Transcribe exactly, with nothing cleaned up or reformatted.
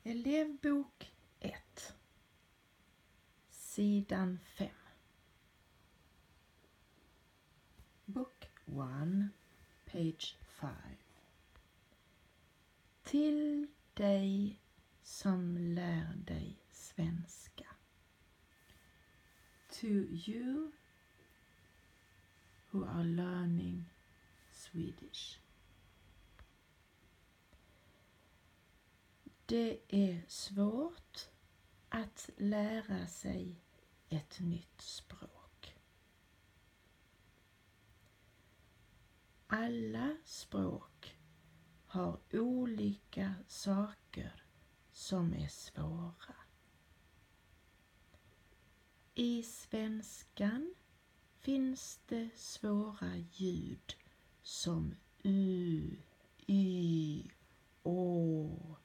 Elevbok ett, sidan fem. Book one, page five. Till dig som lär dig svenska. To you who are learning Swedish. Det är svårt att lära sig ett nytt språk. Alla språk har olika saker som är svåra. I svenskan finns det svåra ljud som u, y, å,